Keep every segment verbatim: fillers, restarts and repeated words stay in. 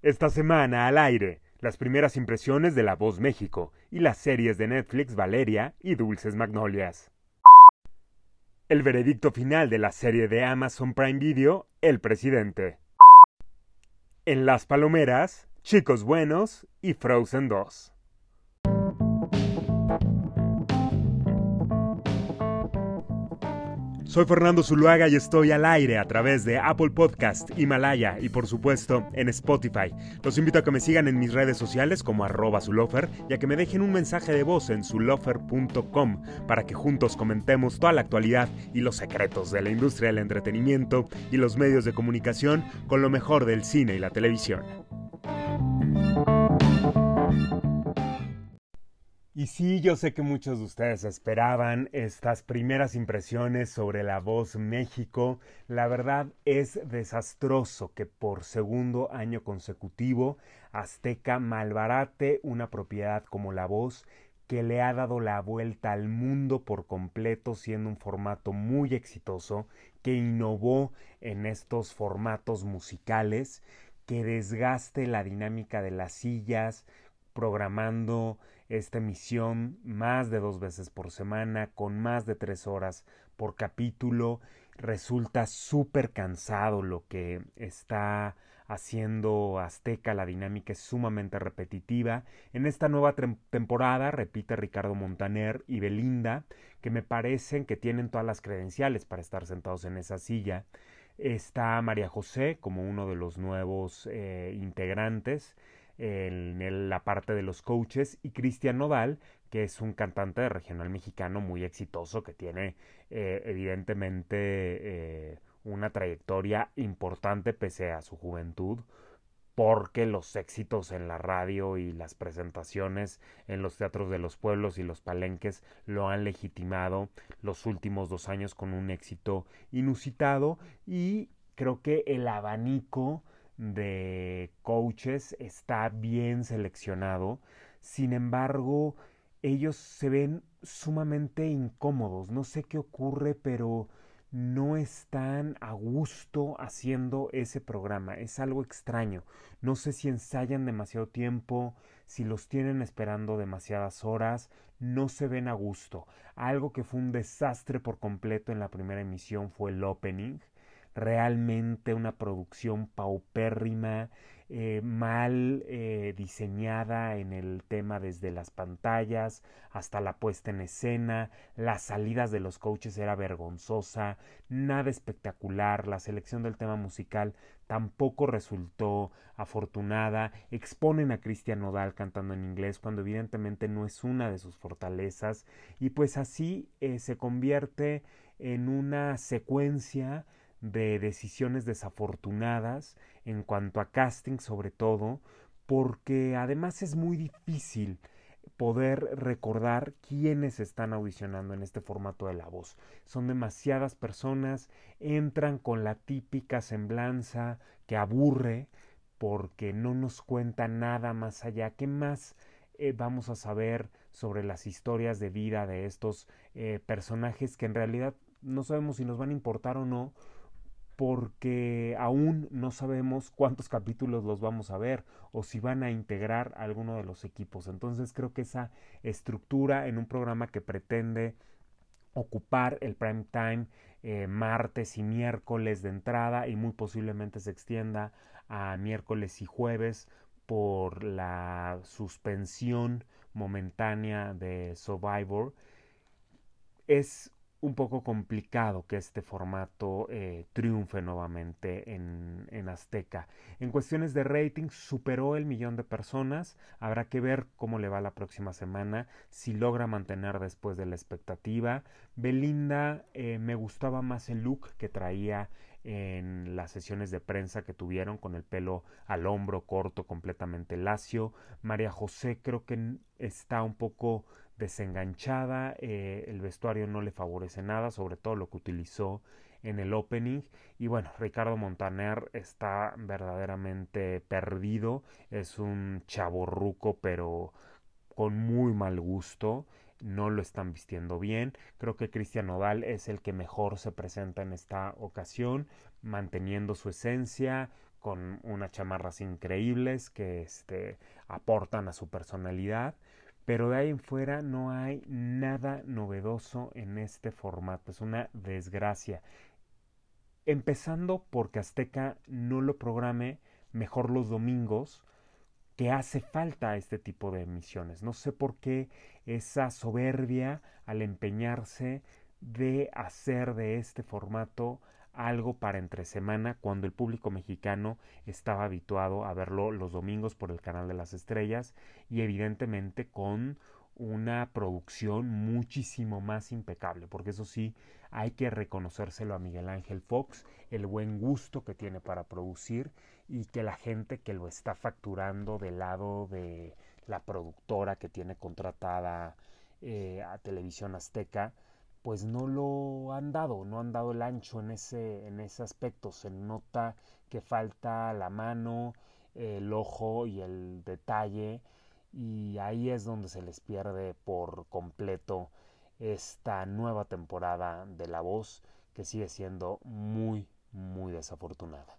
Esta semana al aire, las primeras impresiones de La Voz México y las series de Netflix Valeria y Dulces Magnolias. El veredicto final de la serie de Amazon Prime Video, El Presidente. En Las Palomeras, Chicos Buenos y Frozen dos. Soy Fernando Zuluaga y estoy al aire a través de Apple Podcast, Himalaya y por supuesto en Spotify. Los invito a que me sigan en mis redes sociales como arroba Zulofer y a que me dejen un mensaje de voz en zulofer punto com para que juntos comentemos toda la actualidad y los secretos de la industria del entretenimiento y los medios de comunicación con lo mejor del cine y la televisión. Y sí, yo sé que muchos de ustedes esperaban estas primeras impresiones sobre La Voz México. La verdad es desastroso que por segundo año consecutivo Azteca malbarate una propiedad como La Voz, que le ha dado la vuelta al mundo por completo, siendo un formato muy exitoso, que innovó en estos formatos musicales, que desgaste la dinámica de las sillas, programando esta emisión más de dos veces por semana, con más de tres horas por capítulo. Resulta súper cansado lo que está haciendo Azteca, la dinámica es sumamente repetitiva. En esta nueva temporada repite Ricardo Montaner y Belinda, que me parecen que tienen todas las credenciales para estar sentados en esa silla. Está María José como uno de los nuevos eh, integrantes en el, la parte de los coaches, y Cristian Nodal, que es un cantante de regional mexicano muy exitoso, que tiene eh, evidentemente eh, una trayectoria importante pese a su juventud, porque los éxitos en la radio y las presentaciones en los teatros de los pueblos y los palenques lo han legitimado los últimos dos años con un éxito inusitado. Y creo que el abanico de coaches está bien seleccionado. Sin embargo, ellos se ven sumamente incómodos. No sé qué ocurre, pero no están a gusto haciendo ese programa. Es algo extraño. No sé si ensayan demasiado tiempo, si los tienen esperando demasiadas horas. No se ven a gusto. Algo que fue un desastre por completo en la primera emisión fue el opening. Realmente una producción paupérrima, eh, mal eh, diseñada en el tema desde las pantallas hasta la puesta en escena. Las salidas de los coaches era vergonzosa, nada espectacular. La selección del tema musical tampoco resultó afortunada. Exponen a Cristian Nodal cantando en inglés cuando evidentemente no es una de sus fortalezas, y pues así eh, se convierte en una secuencia de decisiones desafortunadas en cuanto a casting, sobre todo porque además es muy difícil poder recordar quiénes están audicionando en este formato de La Voz. Son demasiadas personas, entran con la típica semblanza que aburre porque no nos cuenta nada más allá. ¿Qué más eh, vamos a saber sobre las historias de vida de estos eh, personajes que en realidad no sabemos si nos van a importar o no, porque aún no sabemos cuántos capítulos los vamos a ver o si van a integrar a alguno de los equipos? Entonces creo que esa estructura en un programa que pretende ocupar el prime time eh, martes y miércoles de entrada, y muy posiblemente se extienda a miércoles y jueves por la suspensión momentánea de Survivor, es un poco complicado que este formato eh, triunfe nuevamente en, en Azteca. En cuestiones de rating superó el millón de personas. Habrá que ver cómo le va la próxima semana, si logra mantener después de la expectativa. Belinda, eh, me gustaba más el look que traía en las sesiones de prensa que tuvieron, con el pelo al hombro corto, completamente lacio. María José creo que está un poco desenganchada, eh, el vestuario no le favorece nada, sobre todo lo que utilizó en el opening. Y bueno, Ricardo Montaner está verdaderamente perdido, es un chavorruco pero con muy mal gusto, no lo están vistiendo bien. Creo que Cristian Nodal es el que mejor se presenta en esta ocasión, manteniendo su esencia, con unas chamarras increíbles que este, aportan a su personalidad. Pero de ahí en fuera no hay nada novedoso en este formato. Es una desgracia. Empezando porque Azteca no lo programe mejor los domingos, que hace falta este tipo de emisiones. No sé por qué esa soberbia al empeñarse de hacer de este formato algo para entre semana cuando el público mexicano estaba habituado a verlo los domingos por el canal de las estrellas y evidentemente con una producción muchísimo más impecable, porque eso sí hay que reconocérselo a Miguel Ángel Fox, el buen gusto que tiene para producir y que la gente que lo está facturando del lado de la productora que tiene contratada eh, a Televisión Azteca, pues no lo han dado, no han dado el ancho en ese, en ese aspecto. Se nota que falta la mano, el ojo y el detalle, y ahí es donde se les pierde por completo esta nueva temporada de La Voz, que sigue siendo muy, muy desafortunada.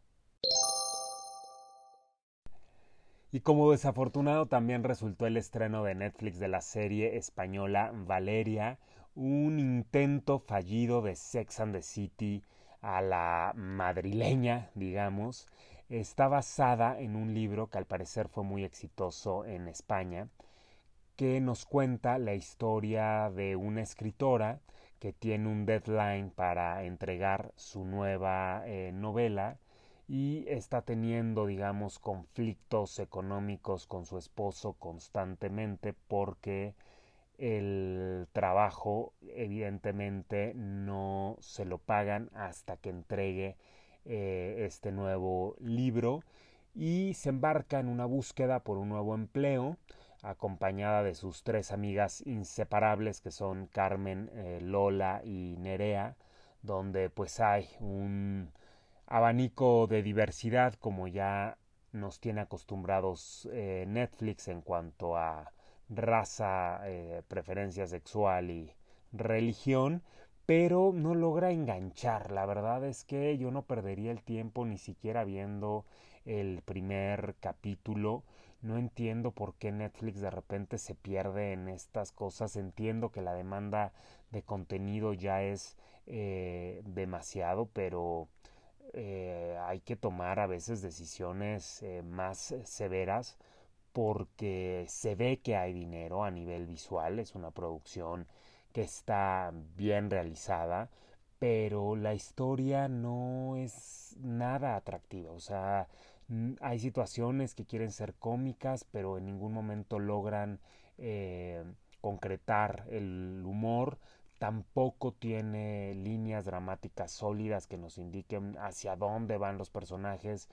Y como desafortunado también resultó el estreno de Netflix de la serie española Valeria, un intento fallido de Sex and the City a la madrileña, digamos. Está basada en un libro que al parecer fue muy exitoso en España, que nos cuenta la historia de una escritora que tiene un deadline para entregar su nueva eh, novela y está teniendo, digamos, conflictos económicos con su esposo constantemente porque el trabajo evidentemente no se lo pagan hasta que entregue eh, este nuevo libro y se embarca en una búsqueda por un nuevo empleo acompañada de sus tres amigas inseparables que son Carmen, eh, Lola y Nerea, donde pues hay un abanico de diversidad como ya nos tiene acostumbrados eh, Netflix en cuanto a raza, eh, preferencia sexual y religión, pero no logra enganchar. La verdad es que yo no perdería el tiempo ni siquiera viendo el primer capítulo. No entiendo por qué Netflix de repente se pierde en estas cosas. Entiendo que la demanda de contenido ya es eh, demasiado, pero eh, hay que tomar a veces decisiones eh, más severas porque se ve que hay dinero a nivel visual, es una producción que está bien realizada, pero la historia no es nada atractiva, o sea, hay situaciones que quieren ser cómicas, pero en ningún momento logran eh, concretar el humor, tampoco tiene líneas dramáticas sólidas que nos indiquen hacia dónde van los personajes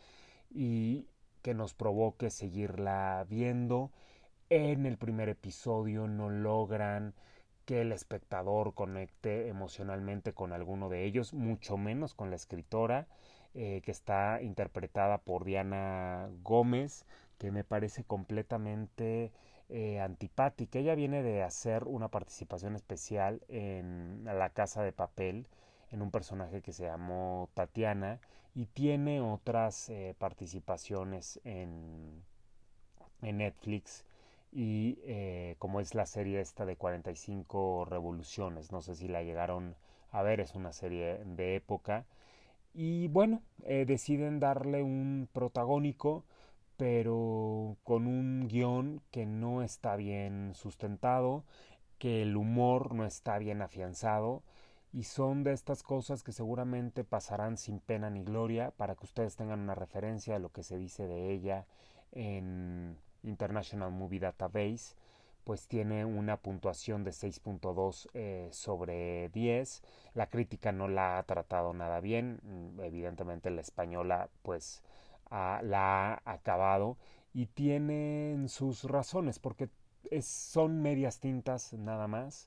y que nos provoque seguirla viendo. En el primer episodio no logran que el espectador conecte emocionalmente con alguno de ellos, mucho menos con la escritora, eh, que está interpretada por Diana Gómez, que me parece completamente eh, antipática. Ella viene de hacer una participación especial en La Casa de Papel, en un personaje que se llamó Tatiana, y tiene otras eh, participaciones en, en Netflix y eh, como es la serie esta de cuarenta y cinco revoluciones, no sé si la llegaron a ver, es una serie de época y bueno, eh, deciden darle un protagónico pero con un guión que no está bien sustentado, que el humor no está bien afianzado y son de estas cosas que seguramente pasarán sin pena ni gloria para que ustedes tengan una referencia de lo que se dice de ella en International Movie Database, pues tiene una puntuación de seis punto dos eh, sobre diez. La crítica no la ha tratado nada bien, evidentemente la española pues ah, la ha acabado y tienen sus razones porque es, son medias tintas nada más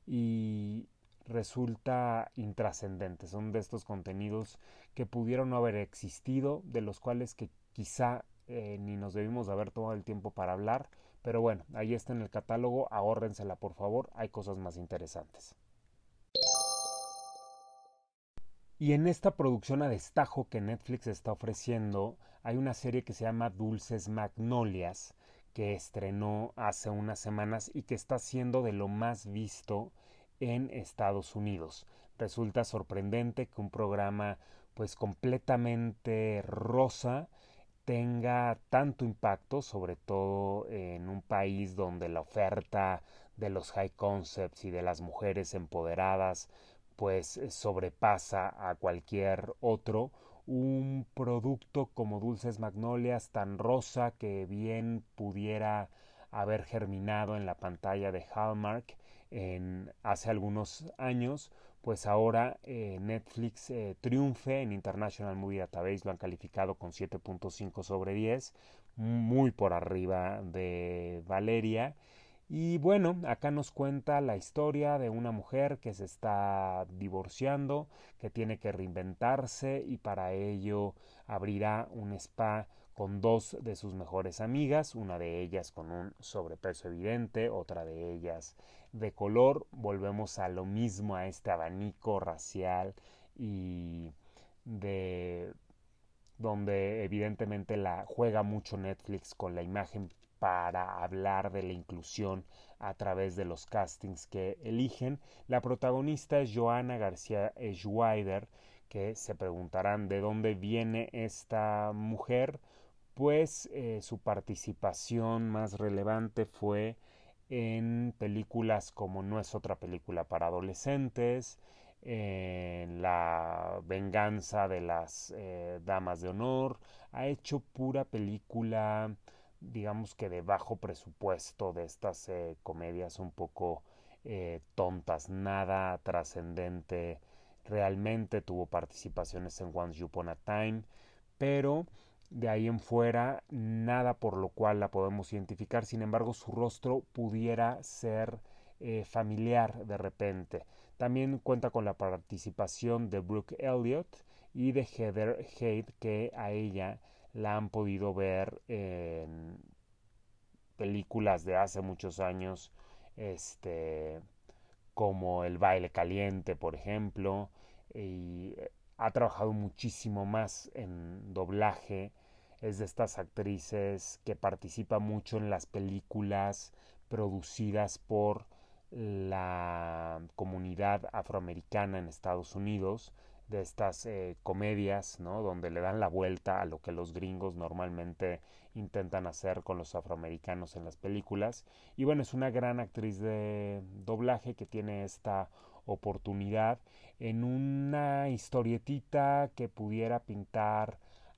y resulta intrascendente. Son de estos contenidos que pudieron no haber existido, de los cuales que quizá eh, ni nos debimos de haber tomado el tiempo para hablar. Pero bueno, ahí está en el catálogo, ahórrensela por favor, hay cosas más interesantes. Y en esta producción a destajo que Netflix está ofreciendo, hay una serie que se llama Dulces Magnolias, que estrenó hace unas semanas y que está siendo de lo más visto en Estados Unidos. Resulta sorprendente que un programa pues completamente rosa tenga tanto impacto, sobre todo en un país donde la oferta de los high concepts y de las mujeres empoderadas pues sobrepasa a cualquier otro. Un producto como Dulces Magnolias tan rosa que bien pudiera haber germinado en la pantalla de Hallmark en hace algunos años, pues ahora eh, Netflix eh, triunfe en International Movie Database, lo han calificado con siete punto cinco sobre diez, muy por arriba de Valeria. Y bueno, acá nos cuenta la historia de una mujer que se está divorciando, que tiene que reinventarse y para ello abrirá un spa con dos de sus mejores amigas, una de ellas con un sobrepeso evidente, otra de ellas de color. Volvemos a lo mismo, a este abanico racial y de donde evidentemente la juega mucho Netflix con la imagen para hablar de la inclusión a través de los castings que eligen. La protagonista es Joana García Schweider, que se preguntarán de dónde viene esta mujer. Pues eh, su participación más relevante fue en películas como No es otra película para adolescentes, en La venganza de las eh, damas de honor. Ha hecho pura película, digamos que de bajo presupuesto, de estas eh, comedias un poco eh, tontas, nada trascendente. Realmente tuvo participaciones en Once Upon a Time, pero de ahí en fuera nada por lo cual la podemos identificar. Sin embargo, su rostro pudiera ser eh, familiar de repente. También cuenta con la participación de Brooke Elliott y de Heather Haidt, que a ella la han podido ver en películas de hace muchos años, este, como El baile caliente, por ejemplo, y ha trabajado muchísimo más en doblaje. Es de estas actrices que participa mucho en las películas producidas por la comunidad afroamericana en Estados Unidos, de estas eh, comedias, ¿no? Donde le dan la vuelta a lo que los gringos normalmente intentan hacer con los afroamericanos en las películas. Y bueno, es una gran actriz de doblaje que tiene esta oportunidad en una historietita que pudiera pintar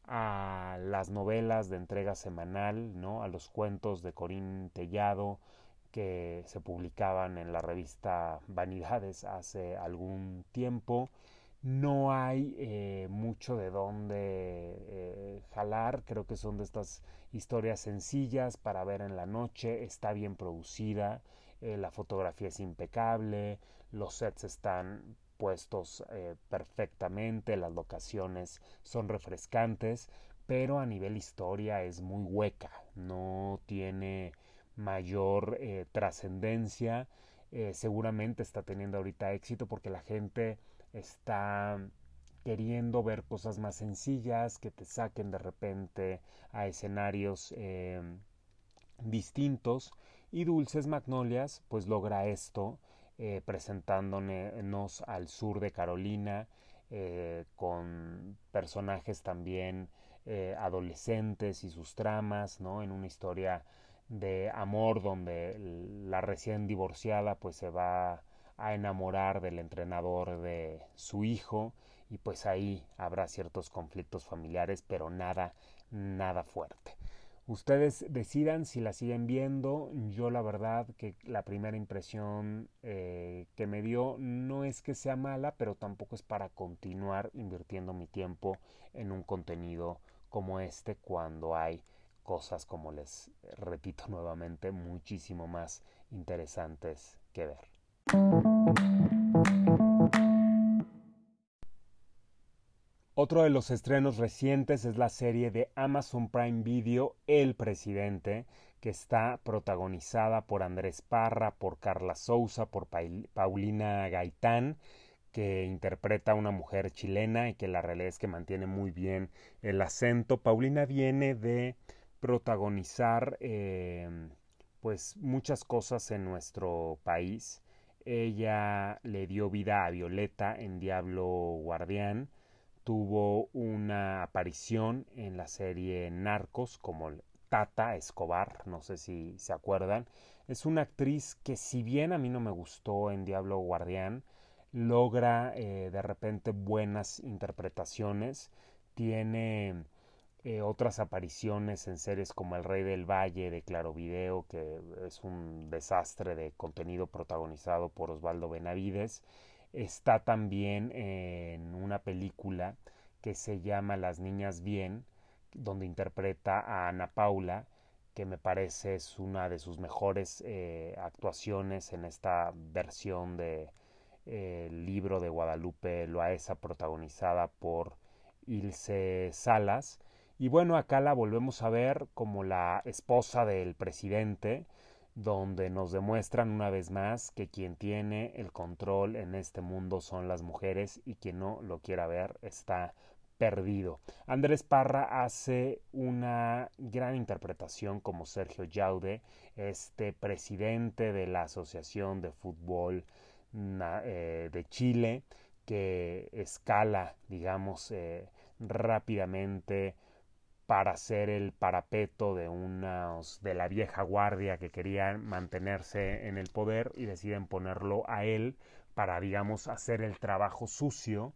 a las novelas de entrega semanal, ¿no? A los cuentos de Corín Tellado que se publicaban en la revista Vanidades hace algún tiempo. No hay eh, mucho de dónde eh, jalar, creo que son de estas historias sencillas para ver en la noche, está bien producida, eh, la fotografía es impecable, los sets están puestos eh, perfectamente, las locaciones son refrescantes, pero a nivel historia es muy hueca, no tiene mayor eh, trascendencia. Eh, seguramente está teniendo ahorita éxito porque la gente está queriendo ver cosas más sencillas que te saquen de repente a escenarios eh, distintos, y Dulces Magnolias pues logra esto eh, presentándonos al sur de Carolina eh, con personajes también eh, adolescentes y sus tramas, ¿no? En una historia de amor donde la recién divorciada pues se va a enamorar del entrenador de su hijo y pues ahí habrá ciertos conflictos familiares, pero nada, nada fuerte. Ustedes decidan si la siguen viendo. Yo la verdad que la primera impresión eh, que me dio no es que sea mala, pero tampoco es para continuar invirtiendo mi tiempo en un contenido como este cuando hay cosas, como les repito nuevamente, muchísimo más interesantes que ver. Otro de los estrenos recientes es la serie de Amazon Prime Video El Presidente, que está protagonizada por Andrés Parra, por Carla Souza, por Paulina Gaitán, que interpreta a una mujer chilena y que la realidad es que mantiene muy bien el acento. Paulina viene de protagonizar eh, pues muchas cosas en nuestro país. Ella le dio vida a Violeta en Diablo Guardián. Tuvo una aparición en la serie Narcos como Tata Escobar, no sé si se acuerdan. Es una actriz que, si bien a mí no me gustó en Diablo Guardián, logra eh, de repente buenas interpretaciones. Tiene eh, otras apariciones en series como El Rey del Valle de Claro Video, que es un desastre de contenido protagonizado por Osvaldo Benavides. Está también en una película que se llama Las Niñas Bien, donde interpreta a Ana Paula, que me parece es una de sus mejores eh, actuaciones en esta versión de eh, el libro de Guadalupe Loaesa, protagonizada por Ilse Salas. Y bueno, acá la volvemos a ver como la esposa del presidente, donde nos demuestran una vez más que quien tiene el control en este mundo son las mujeres y quien no lo quiera ver está perdido. Andrés Parra hace una gran interpretación como Sergio Yaude, este presidente de la Asociación de Fútbol eh, de Chile, que escala, digamos, eh, rápidamente para ser el parapeto de unos de la vieja guardia que querían mantenerse en el poder y deciden ponerlo a él para, digamos, hacer el trabajo sucio,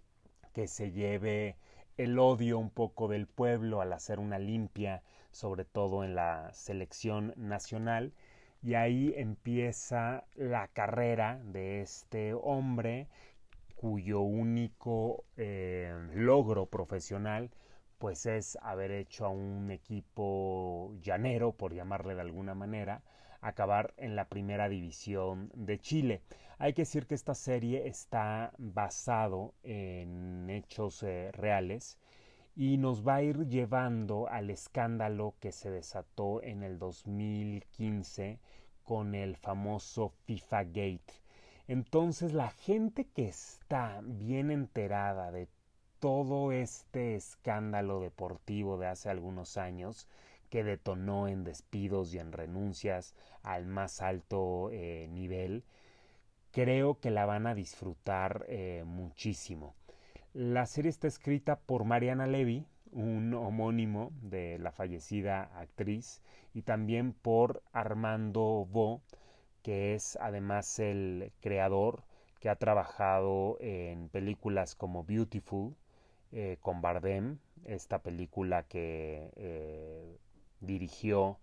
que se lleve el odio un poco del pueblo al hacer una limpia, sobre todo en la selección nacional. Y ahí empieza la carrera de este hombre cuyo único eh, logro profesional pues es haber hecho a un equipo llanero, por llamarle de alguna manera, acabar en la primera división de Chile. Hay que decir que esta serie está basado en hechos eh, reales y nos va a ir llevando al escándalo que se desató en el dos mil quince con el famoso FIFA Gate. Entonces la gente que está bien enterada de todo este escándalo deportivo de hace algunos años, que detonó en despidos y en renuncias al más alto eh, nivel, creo que la van a disfrutar eh, muchísimo. La serie está escrita por Mariana Levy, un homónimo de la fallecida actriz, y también por Armando Bo, que es además el creador que ha trabajado en películas como Beautiful, eh, con Bardem, esta película que eh, dirigió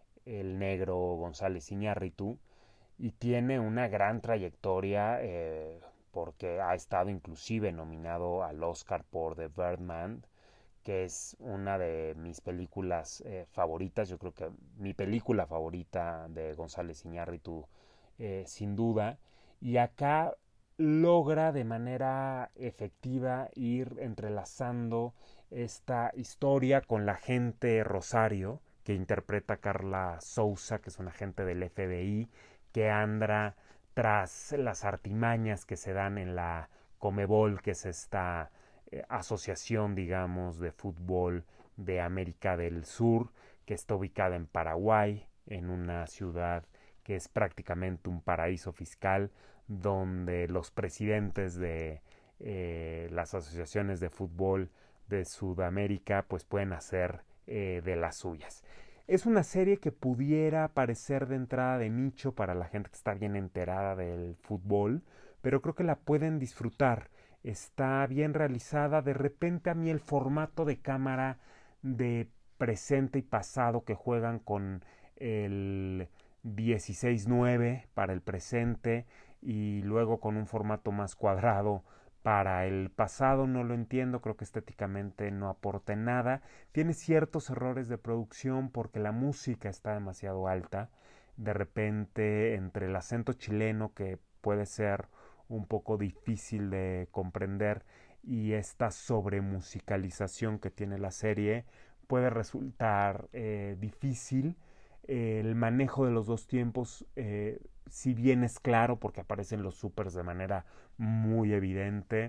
el negro González Iñárritu, y tiene una gran trayectoria eh, porque ha estado inclusive nominado al Oscar por The Birdman, que es una de mis películas eh, favoritas. Yo creo que mi película favorita de González Iñárritu, eh, sin duda. Y acá logra de manera efectiva ir entrelazando esta historia con la agente Rosario, que interpreta Carla Souza, que es una agente del F B I, que anda tras las artimañas que se dan en la Comebol, que es esta eh, asociación, digamos, de fútbol de América del Sur, que está ubicada en Paraguay, en una ciudad que es prácticamente un paraíso fiscal, donde los presidentes de eh, las asociaciones de fútbol de Sudamérica pues pueden hacer eh, de las suyas. Es una serie que pudiera parecer de entrada de nicho para la gente que está bien enterada del fútbol, pero creo que la pueden disfrutar. Está bien realizada. De repente a mí el formato de cámara de presente y pasado que juegan con el dieciséis nueve para el presente y luego con un formato más cuadrado para el pasado, no lo entiendo. Creo que estéticamente no aporta nada. Tiene ciertos errores de producción porque la música está demasiado alta. De repente, entre el acento chileno, que puede ser un poco difícil de comprender, y esta sobremusicalización que tiene la serie, puede resultar eh, difícil. El manejo de los dos tiempos eh, si bien es claro porque aparecen los supers de manera muy evidente,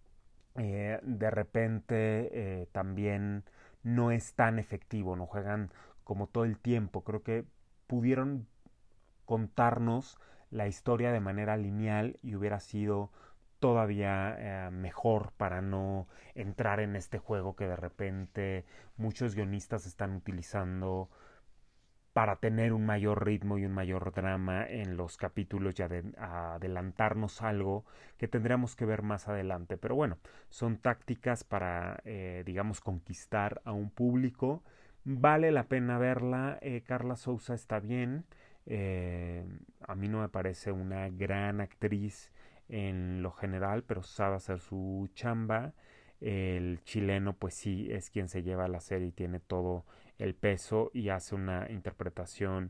eh, de repente eh, también no es tan efectivo, no juegan como todo el tiempo. Creo que pudieron contarnos la historia de manera lineal y hubiera sido todavía eh, mejor para no entrar en este juego que de repente muchos guionistas están utilizando para tener un mayor ritmo y un mayor drama en los capítulos y ade adelantarnos algo que tendríamos que ver más adelante. Pero bueno, son tácticas para, eh, digamos, conquistar a un público. Vale la pena verla. Eh, Carla Souza está bien. Eh, a mí no me parece una gran actriz en lo general, pero sabe hacer su chamba. El chileno, pues sí, es quien se lleva la serie y tiene todo el peso y hace una interpretación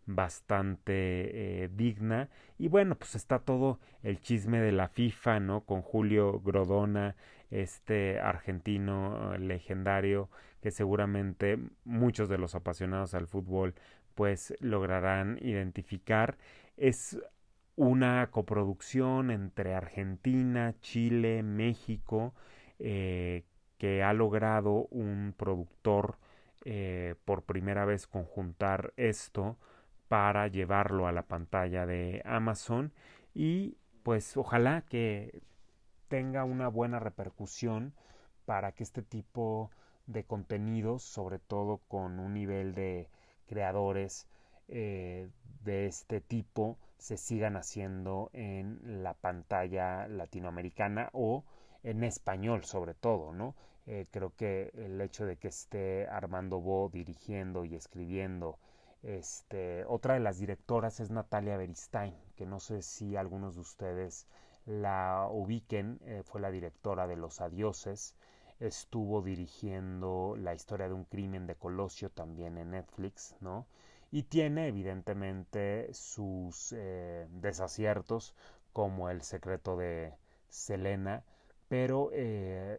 bastante eh, digna. Y bueno, pues está todo el chisme de la FIFA, ¿no? Con Julio Grodona, este argentino eh, legendario que seguramente muchos de los apasionados al fútbol pues lograrán identificar. Es una coproducción entre Argentina, Chile, México, eh, que ha logrado un productor eh, por primera vez conjuntar esto para llevarlo a la pantalla de Amazon y pues ojalá que tenga una buena repercusión para que este tipo de contenidos, sobre todo con un nivel de creadores eh, de este tipo, se sigan haciendo en la pantalla latinoamericana o en español sobre todo, ¿no? Eh, creo que el hecho de que esté Armando Bo dirigiendo y escribiendo, este, otra de las directoras es Natalia Beristain, que no sé si algunos de ustedes la ubiquen, eh, fue la directora de Los Adioses, estuvo dirigiendo La historia de un crimen de Colosio también en Netflix, ¿no? Y tiene evidentemente sus eh, desaciertos como El secreto de Selena, pero eh,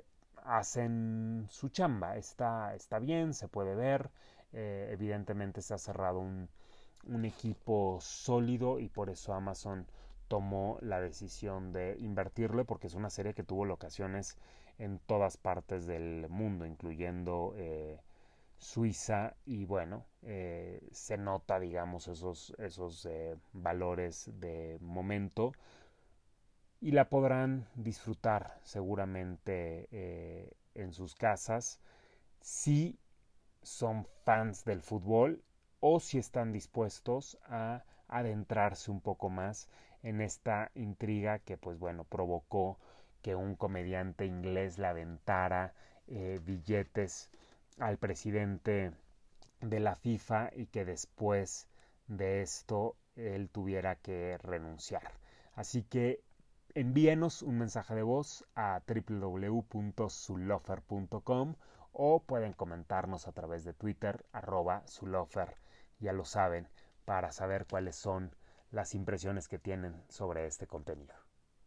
hacen su chamba, está, está bien, se puede ver, eh, evidentemente se ha cerrado un, un equipo sólido y por eso Amazon tomó la decisión de invertirle porque es una serie que tuvo locaciones en todas partes del mundo, incluyendo eh, Suiza y bueno, eh, se nota digamos esos, esos eh, valores de momento y la podrán disfrutar seguramente eh, en sus casas si son fans del fútbol o si están dispuestos a adentrarse un poco más en esta intriga que pues bueno provocó que un comediante inglés le aventara eh, billetes al presidente de la FIFA y que después de esto él tuviera que renunciar. Así que envíenos un mensaje de voz a w w w punto zulofer punto com o pueden comentarnos a través de Twitter, arroba zulofer, ya lo saben, para saber cuáles son las impresiones que tienen sobre este contenido.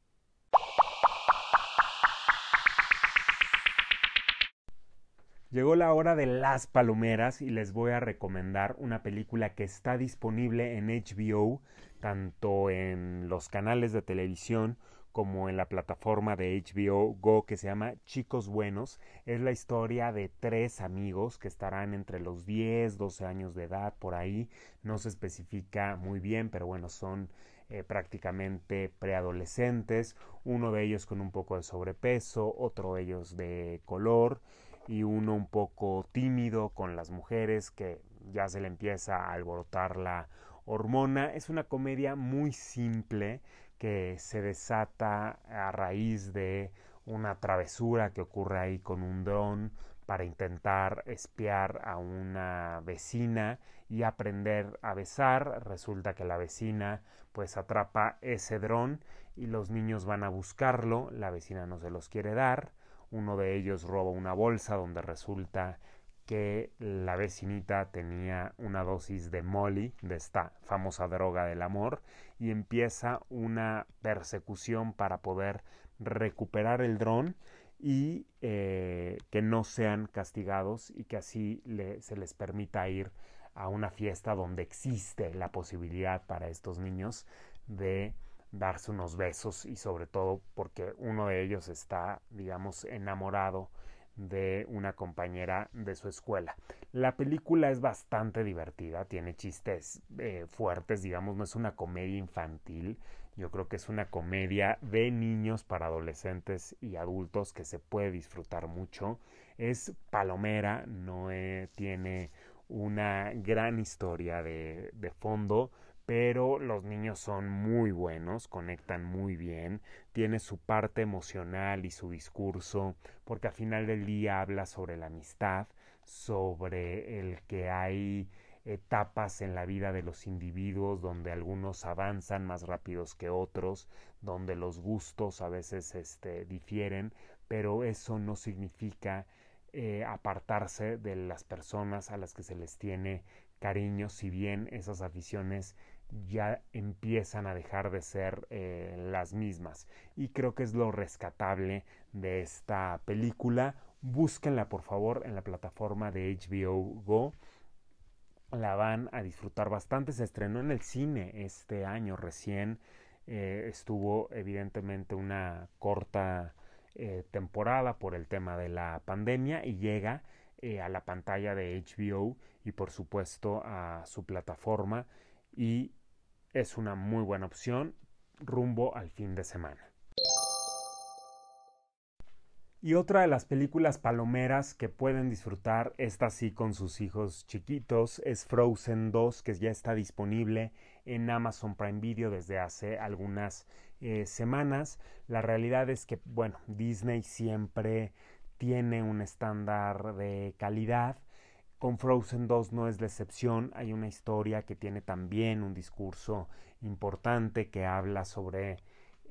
Llegó la hora de las palomeras y les voy a recomendar una película que está disponible en H B O, tanto en los canales de televisión como en la plataforma de H B O Go, que se llama Chicos Buenos. Es la historia de tres amigos que estarán entre los diez, doce años de edad, por ahí. No se especifica muy bien, pero bueno, son eh, prácticamente preadolescentes. Uno de ellos con un poco de sobrepeso, otro de ellos de color y uno un poco tímido con las mujeres que ya se le empieza a alborotar la hormona. Es una comedia muy simple que se desata a raíz de una travesura que ocurre ahí con un dron para intentar espiar a una vecina y aprender a besar. Resulta que la vecina pues atrapa ese dron y los niños van a buscarlo, la vecina no se los quiere dar. Uno de ellos roba una bolsa donde resulta que la vecinita tenía una dosis de Molly, de esta famosa droga del amor, y empieza una persecución para poder recuperar el dron y eh, que no sean castigados y que así le, se les permita ir a una fiesta donde existe la posibilidad para estos niños de darse unos besos y sobre todo porque uno de ellos está, digamos, enamorado de una compañera de su escuela. La película es bastante divertida, tiene chistes eh, fuertes, digamos, no es una comedia infantil, yo creo que es una comedia de niños para adolescentes y adultos que se puede disfrutar mucho. Es palomera, no eh, tiene una gran historia de, de fondo, pero los niños son muy buenos, conectan muy bien, tiene su parte emocional y su discurso, porque al final del día habla sobre la amistad, sobre el que hay etapas en la vida de los individuos donde algunos avanzan más rápidos que otros, donde los gustos a veces este, difieren, pero eso no significa eh, apartarse de las personas a las que se les tiene cariño, si bien esas aficiones ya empiezan a dejar de ser eh, las mismas. Y creo que es lo rescatable de esta película. Búsquenla por favor en la plataforma de H B O Go. La van a disfrutar bastante. Se estrenó en el cine este año recién. Eh, estuvo evidentemente una corta eh, temporada por el tema de la pandemia y llega eh, a la pantalla de H B O y por supuesto a su plataforma y es una muy buena opción rumbo al fin de semana. Y otra de las películas palomeras que pueden disfrutar, esta sí con sus hijos chiquitos, es Frozen dos, que ya está disponible en Amazon Prime Video desde hace algunas eh, semanas. La realidad es que, bueno, Disney siempre tiene un estándar de calidad. Con Frozen dos no es la excepción, hay una historia que tiene también un discurso importante que habla sobre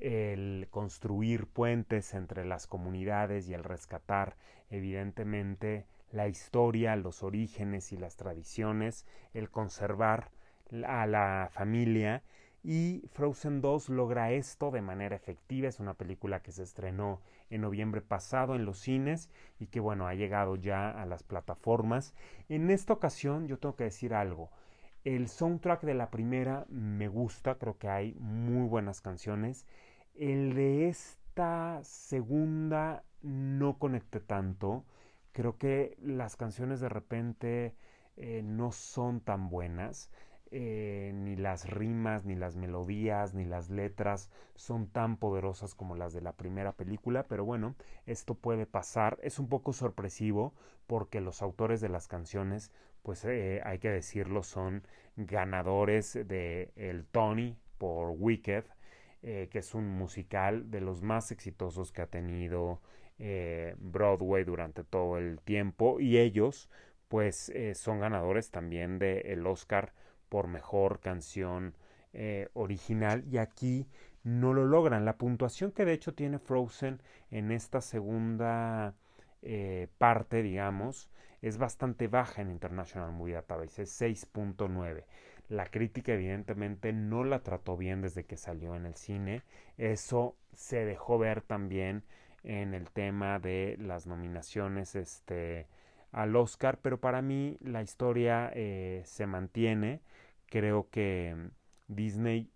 el construir puentes entre las comunidades y el rescatar evidentemente la historia, los orígenes y las tradiciones, el conservar a la familia y Frozen dos logra esto de manera efectiva. Es una película que se estrenó en noviembre pasado en los cines y que bueno ha llegado ya a las plataformas. En esta ocasión yo tengo que decir algo. El soundtrack de la primera me gusta, creo que hay muy buenas canciones. El de esta segunda no conecté tanto. Creo que las canciones de repente eh, no son tan buenas. Eh, ni las rimas, ni las melodías, ni las letras son tan poderosas como las de la primera película, pero bueno, esto puede pasar. Es un poco sorpresivo porque los autores de las canciones, pues eh, hay que decirlo, son ganadores de el Tony por Wicked, eh, que es un musical de los más exitosos que ha tenido eh, Broadway durante todo el tiempo y ellos pues eh, son ganadores también del Oscar por mejor canción eh, original y aquí no lo logran. La puntuación que de hecho tiene Frozen en esta segunda eh, parte, digamos, es bastante baja en International Movie Database, es seis punto nueve. La crítica evidentemente no la trató bien desde que salió en el cine. Eso se dejó ver también en el tema de las nominaciones este, al Oscar, pero para mí la historia eh, se mantiene. Creo que Disney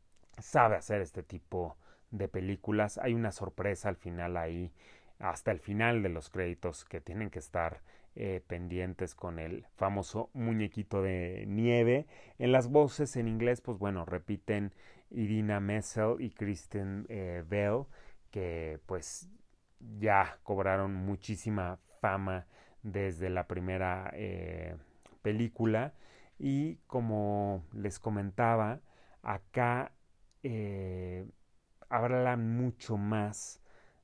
sabe hacer este tipo de películas. Hay una sorpresa al final ahí, hasta el final de los créditos, que tienen que estar eh, pendientes con el famoso muñequito de nieve. En las voces en inglés, pues bueno, repiten Idina Menzel y Kristen eh, Bell, que pues ya cobraron muchísima fama desde la primera eh, película. Y como les comentaba, acá eh, hablan mucho más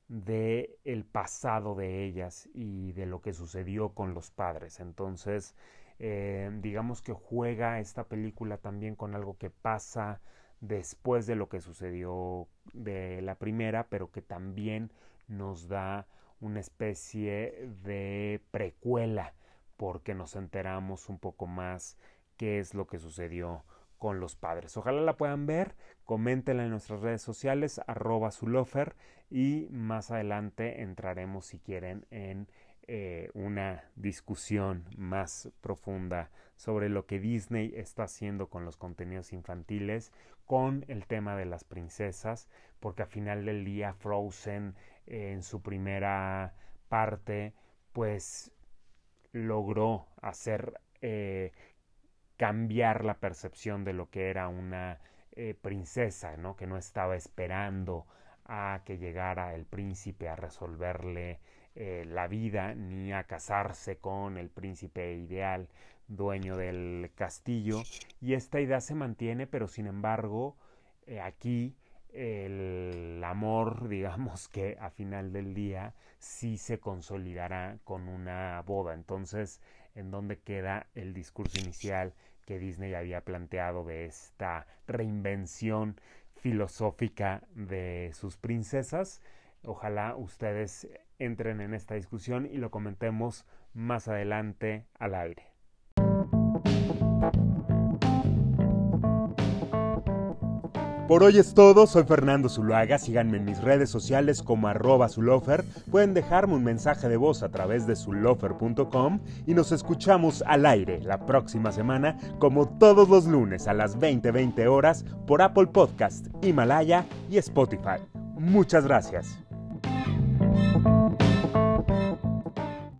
de el pasado de ellas y de lo que sucedió con los padres. Entonces, eh, digamos que juega esta película también con algo que pasa después de lo que sucedió de la primera, pero que también nos da una especie de precuela porque nos enteramos un poco más qué es lo que sucedió con los padres. Ojalá la puedan ver, coméntenla en nuestras redes sociales, arroba Zulofer, y más adelante entraremos, si quieren, en eh, una discusión más profunda sobre lo que Disney está haciendo con los contenidos infantiles, con el tema de las princesas, porque al final del día Frozen eh, en su primera parte pues logró hacer eh, cambiar la percepción de lo que era una eh, princesa, ¿no? Que no estaba esperando a que llegara el príncipe a resolverle eh, la vida, ni a casarse con el príncipe ideal, dueño del castillo. Y esta idea se mantiene, pero sin embargo, eh, aquí el amor, digamos que a final del día sí se consolidará con una boda. Entonces, ¿en dónde queda el discurso inicial que Disney había planteado de esta reinvención filosófica de sus princesas? Ojalá ustedes entren en esta discusión y lo comentemos más adelante al aire. Por hoy es todo, soy Fernando Zuluaga, síganme en mis redes sociales como arroba Zulofer, pueden dejarme un mensaje de voz a través de zulofer punto com y nos escuchamos al aire la próxima semana como todos los lunes a las veinte veinte horas por Apple Podcast, Himalaya y Spotify. Muchas gracias.